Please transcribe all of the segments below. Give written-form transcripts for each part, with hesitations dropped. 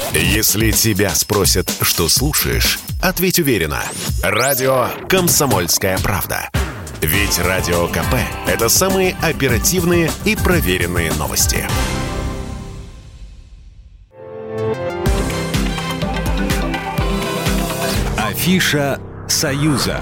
Если тебя спросят, что слушаешь, ответь уверенно. Радио «Комсомольская правда». Ведь Радио КП – это самые оперативные и проверенные новости. Афиша «Союза».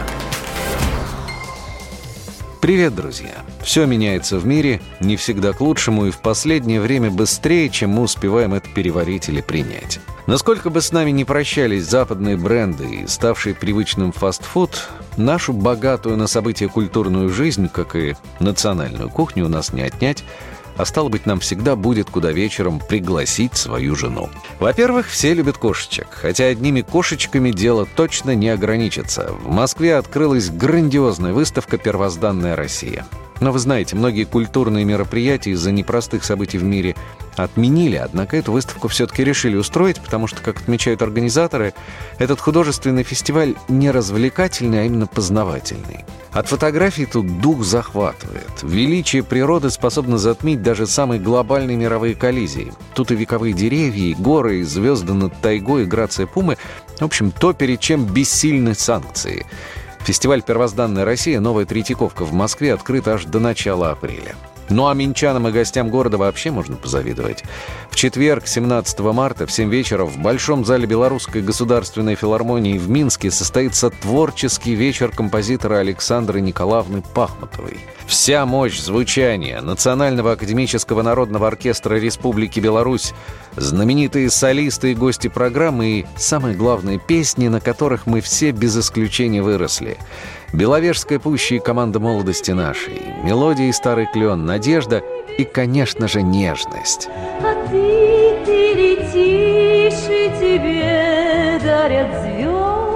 Привет, друзья! Все меняется в мире, не всегда к лучшему и в последнее время быстрее, чем мы успеваем это переварить или принять. Насколько бы с нами не прощались западные бренды и ставший привычным фастфуд, нашу богатую на события культурную жизнь, как и национальную кухню, у нас не отнять, а стало быть, нам всегда будет куда вечером пригласить свою жену. Во-первых, все любят кошечек, хотя одними кошечками дело точно не ограничится. В Москве открылась грандиозная выставка «Первозданная Россия». Но вы знаете, многие культурные мероприятия из-за непростых событий в мире отменили, однако эту выставку все-таки решили устроить, потому что, как отмечают организаторы, этот художественный фестиваль не развлекательный, а именно познавательный. От фотографий тут дух захватывает. Величие природы способно затмить даже самые глобальные мировые коллизии. Тут и вековые деревья, и горы, и звезды над тайгой, и грация пумы. В общем, то, перед чем бессильны санкции. Фестиваль «Первозданная Россия», новая Третьяковка в Москве, открыт аж до начала апреля. Ну а минчанам и гостям города вообще можно позавидовать. В четверг, 17 марта, в 7 вечера в Большом зале Белорусской государственной филармонии в Минске состоится творческий вечер композитора Александры Николаевны Пахмутовой. Вся мощь звучания Национального академического народного оркестра Республики Беларусь, знаменитые солисты и гости программы и, самое главное, песни, на которых мы все без исключения выросли. Беловежская пуща и команда молодости нашей, мелодии «Старый клен», «Надежда» и, конечно же, нежность. А ты летишь, и тебе дарят звезды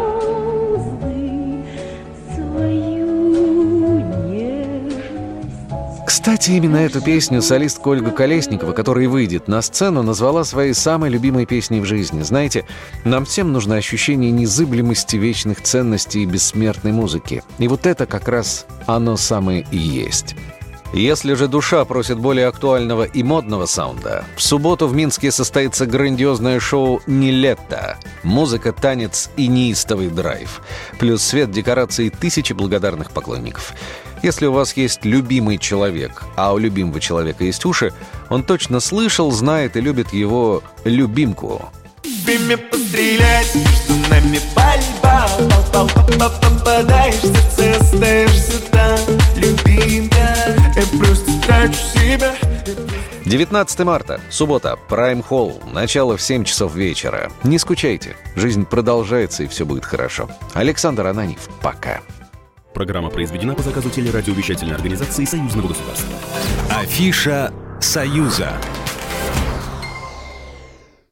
свою нежность. Кстати, именно эту песню солистка Ольга Колесникова, которая выйдет на сцену, назвала своей самой любимой песней в жизни. Знаете, нам всем нужно ощущение незыблемости вечных ценностей и бессмертной музыки. И вот это как раз оно самое и есть. Если же душа просит более актуального и модного саунда, в субботу в Минске состоится грандиозное шоу «Нилетто». Музыка, танец и неистовый драйв. Плюс свет, декорации и тысячи благодарных поклонников. Если у вас есть любимый человек, а у любимого человека есть уши, он точно слышал, знает и любит его любимку. Время пострелять, между нами пальба. Попадаешь в сердце, остаешься там, любимка. Я просто трачу себя. 19 марта, суббота, Prime Hall, начало в 7 часов вечера. Не скучайте, жизнь продолжается и все будет хорошо. Александр Ананьев, пока. Программа произведена по заказу телерадиовещательной организации Союзного государства. Афиша «Союза».